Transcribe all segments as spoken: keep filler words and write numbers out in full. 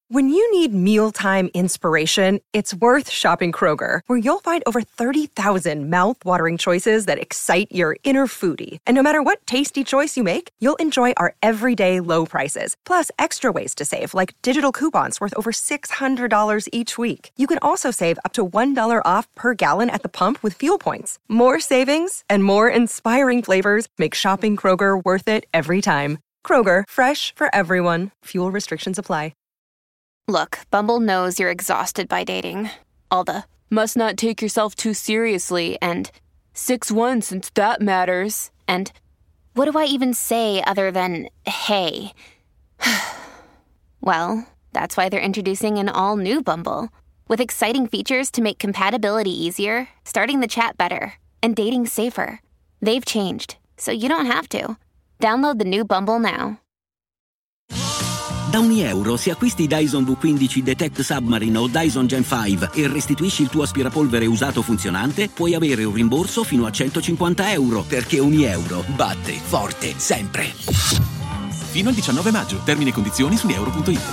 When you need mealtime inspiration, it's worth shopping Kroger, where you'll find over thirty thousand mouth-watering choices that excite your inner foodie. And no matter what tasty choice you make, you'll enjoy our everyday low prices, plus extra ways to save, like digital coupons worth over six hundred dollars each week. You can also save up to one dollar off per gallon at the pump with fuel points. More savings and more inspiring flavors make shopping Kroger worth it every time. Kroger, fresh for everyone. Fuel restrictions apply. Look, Bumble knows you're exhausted by dating. All the, must not take yourself too seriously, and six one since that matters, and what do I even say other than, hey? Well, that's why they're introducing an all-new Bumble, with exciting features to make compatibility easier, starting the chat better, and dating safer. They've changed, so you don't have to. Download the new Bumble now. Da ogni euro, se acquisti Dyson V quindici Detect Submarine o Dyson Gen cinque e restituisci il tuo aspirapolvere usato funzionante, puoi avere un rimborso fino a centocinquanta euro, perché ogni euro batte forte sempre. Fino al diciannove maggio. Termini e condizioni su euro punto it.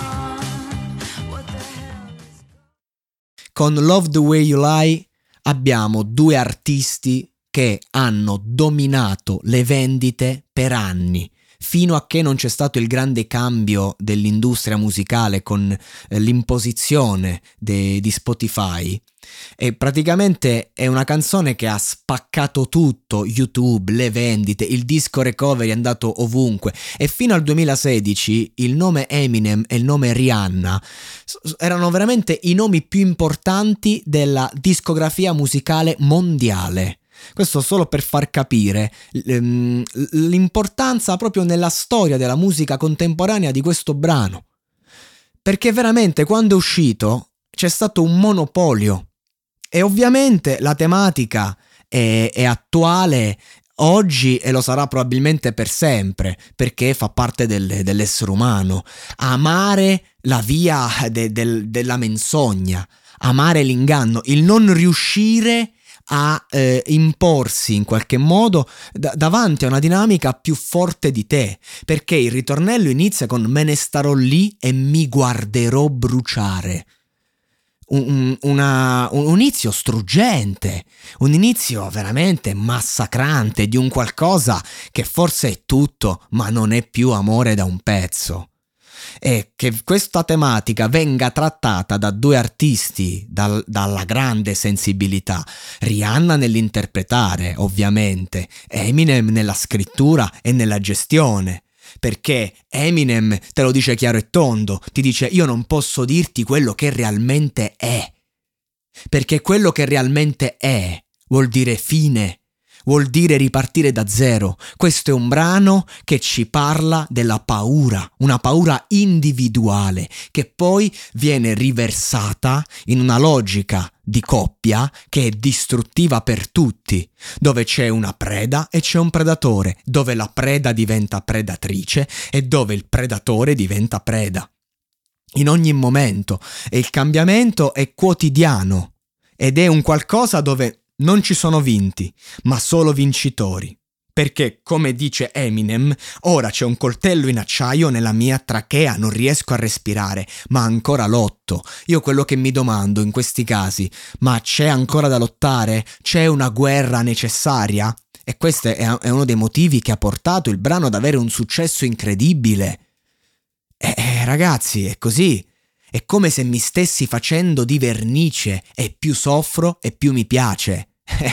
Con Love the Way You Lie abbiamo due artisti che hanno dominato le vendite per anni, fino a che non c'è stato il grande cambio dell'industria musicale con eh, l'imposizione de- di Spotify. E praticamente è una canzone che ha spaccato tutto, YouTube, le vendite, il disco recovery è andato ovunque, e fino al duemilasedici il nome Eminem e il nome Rihanna erano veramente i nomi più importanti della discografia musicale mondiale. Questo solo per far capire l'importanza proprio nella storia della musica contemporanea di questo brano, perché veramente quando è uscito c'è stato un monopolio, e ovviamente la tematica è, è attuale oggi e lo sarà probabilmente per sempre, perché fa parte del, dell'essere umano. Amare la via de, del, della menzogna, amare l'inganno, il non riuscire a eh, imporsi in qualche modo da- davanti a una dinamica più forte di te, perché il ritornello inizia con me ne starò lì e mi guarderò bruciare. Un, una, un inizio struggente, un inizio veramente massacrante di un qualcosa che forse è tutto ma non è più amore da un pezzo. E che questa tematica venga trattata da due artisti dal, dalla grande sensibilità, Rihanna nell'interpretare ovviamente, Eminem nella scrittura e nella gestione, perché Eminem te lo dice chiaro e tondo, ti dice io non posso dirti quello che realmente è, perché quello che realmente è vuol dire fine, vuol dire ripartire da zero. Questo è un brano che ci parla della paura, una paura individuale che poi viene riversata in una logica di coppia che è distruttiva per tutti, dove c'è una preda e c'è un predatore, dove la preda diventa predatrice e dove il predatore diventa preda. In ogni momento, e il cambiamento è quotidiano ed è un qualcosa dove non ci sono vinti, ma solo vincitori. Perché, come dice Eminem, ora c'è un coltello in acciaio nella mia trachea, non riesco a respirare, ma ancora lotto. Io quello che mi domando in questi casi, ma c'è ancora da lottare? C'è una guerra necessaria? E questo è, è uno dei motivi che ha portato il brano ad avere un successo incredibile. E eh, ragazzi, è così. È come se mi stessi facendo di vernice e più soffro e più mi piace.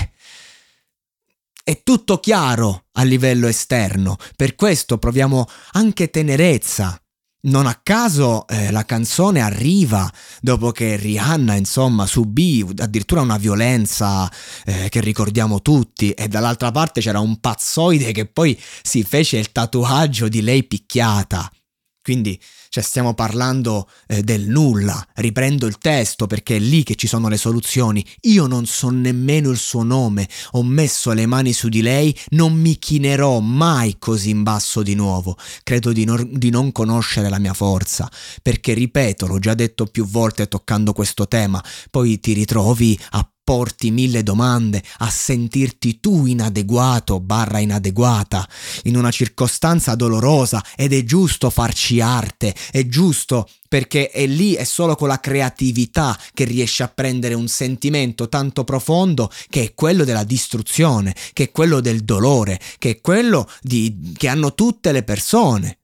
È tutto chiaro a livello esterno, per questo proviamo anche tenerezza. Non a caso eh, la canzone arriva dopo che Rihanna, insomma, subì addirittura una violenza eh, che ricordiamo tutti, e dall'altra parte c'era un pazzoide che poi si fece il tatuaggio di lei picchiata. Quindi, cioè, stiamo parlando eh, del nulla. Riprendo il testo perché è lì che ci sono le soluzioni. Io non so nemmeno il suo nome, ho messo le mani su di lei, non mi chinerò mai così in basso di nuovo. Credo di, no- di non conoscere la mia forza, perché ripeto, l'ho già detto più volte toccando questo tema, poi ti ritrovi a porti mille domande, a sentirti tu inadeguato barra inadeguata in una circostanza dolorosa, ed è giusto farci arte, è giusto, perché è lì, è solo con la creatività che riesci a prendere un sentimento tanto profondo, che è quello della distruzione, che è quello del dolore, che è quello di, che hanno tutte le persone.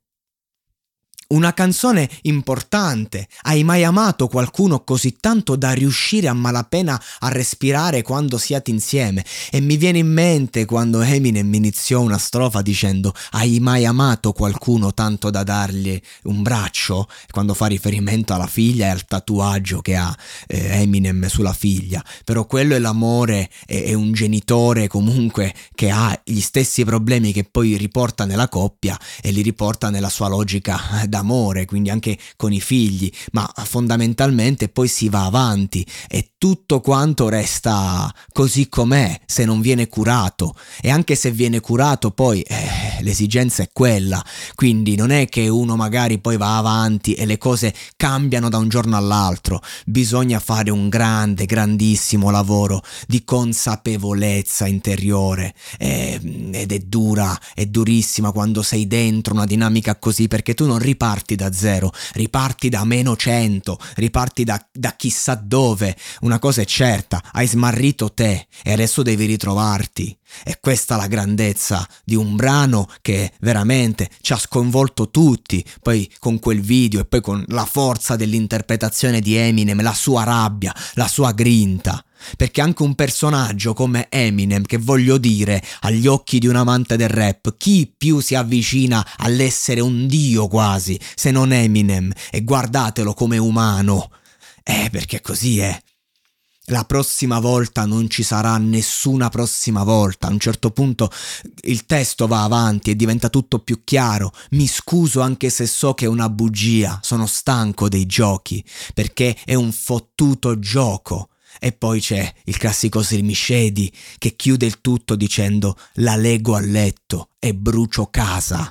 Una canzone importante. Hai mai amato qualcuno così tanto da riuscire a malapena a respirare quando siete insieme? E mi viene in mente quando Eminem iniziò una strofa dicendo: hai mai amato qualcuno tanto da dargli un braccio? Quando fa riferimento alla figlia e al tatuaggio che ha eh, Eminem sulla figlia. Però quello è l'amore, è, è un genitore comunque che ha gli stessi problemi che poi riporta nella coppia e li riporta nella sua logica da amore, quindi anche con i figli, ma fondamentalmente poi si va avanti e tutto quanto resta così com'è se non viene curato, e anche se viene curato poi eh, l'esigenza è quella, quindi non è che uno magari poi va avanti e le cose cambiano da un giorno all'altro. Bisogna fare un grande, grandissimo lavoro di consapevolezza interiore eh, ed è dura, è durissima quando sei dentro una dinamica così, perché tu non riparti da zero, riparti da meno cento, riparti da, da chissà dove. Una cosa è certa: hai smarrito te e adesso devi ritrovarti. E questa è la grandezza di un brano che veramente ci ha sconvolto tutti, poi con quel video e poi con la forza dell'interpretazione di Eminem, la sua rabbia, la sua grinta. Perché anche un personaggio come Eminem, che voglio dire, agli occhi di un amante del rap, chi più si avvicina all'essere un dio quasi, se non Eminem? E guardatelo come umano. Eh, perché così è. La prossima volta non ci sarà nessuna prossima volta. A un certo punto il testo va avanti e diventa tutto più chiaro. Mi scuso anche se so che è una bugia, sono stanco dei giochi, perché è un fottuto gioco. E poi c'è il classico Slim Shady che chiude il tutto dicendo: la lego a letto e brucio casa.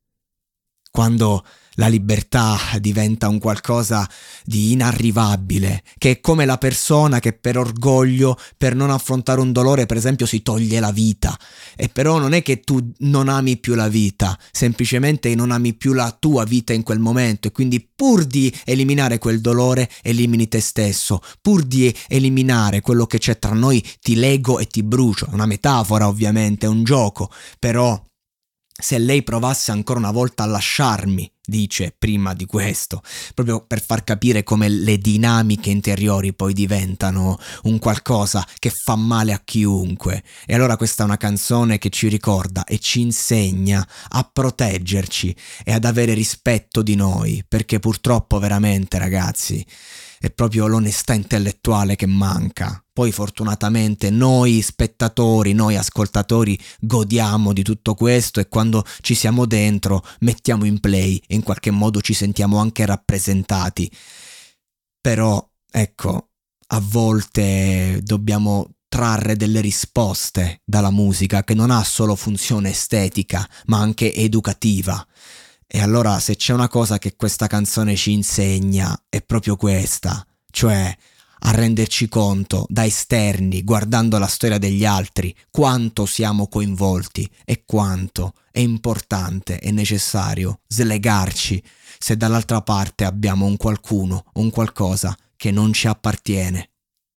Quando la libertà diventa un qualcosa di inarrivabile, che è come la persona che per orgoglio, per non affrontare un dolore, per esempio, si toglie la vita. E però non è che tu non ami più la vita, semplicemente non ami più la tua vita in quel momento, e quindi pur di eliminare quel dolore elimini te stesso, pur di eliminare quello che c'è tra noi ti lego e ti brucio. È una metafora, ovviamente, è un gioco, però se lei provasse ancora una volta a lasciarmi, dice prima di questo, proprio per far capire come le dinamiche interiori poi diventano un qualcosa che fa male a chiunque. E allora questa è una canzone che ci ricorda e ci insegna a proteggerci e ad avere rispetto di noi, perché purtroppo veramente, ragazzi, è proprio l'onestà intellettuale che manca. Poi fortunatamente noi spettatori, noi ascoltatori godiamo di tutto questo, e quando ci siamo dentro mettiamo in play e in qualche modo ci sentiamo anche rappresentati. Però ecco, a volte dobbiamo trarre delle risposte dalla musica, che non ha solo funzione estetica ma anche educativa. E allora se c'è una cosa che questa canzone ci insegna è proprio questa, cioè a renderci conto da esterni, guardando la storia degli altri, quanto siamo coinvolti e quanto è importante e necessario slegarci se dall'altra parte abbiamo un qualcuno, un qualcosa che non ci appartiene.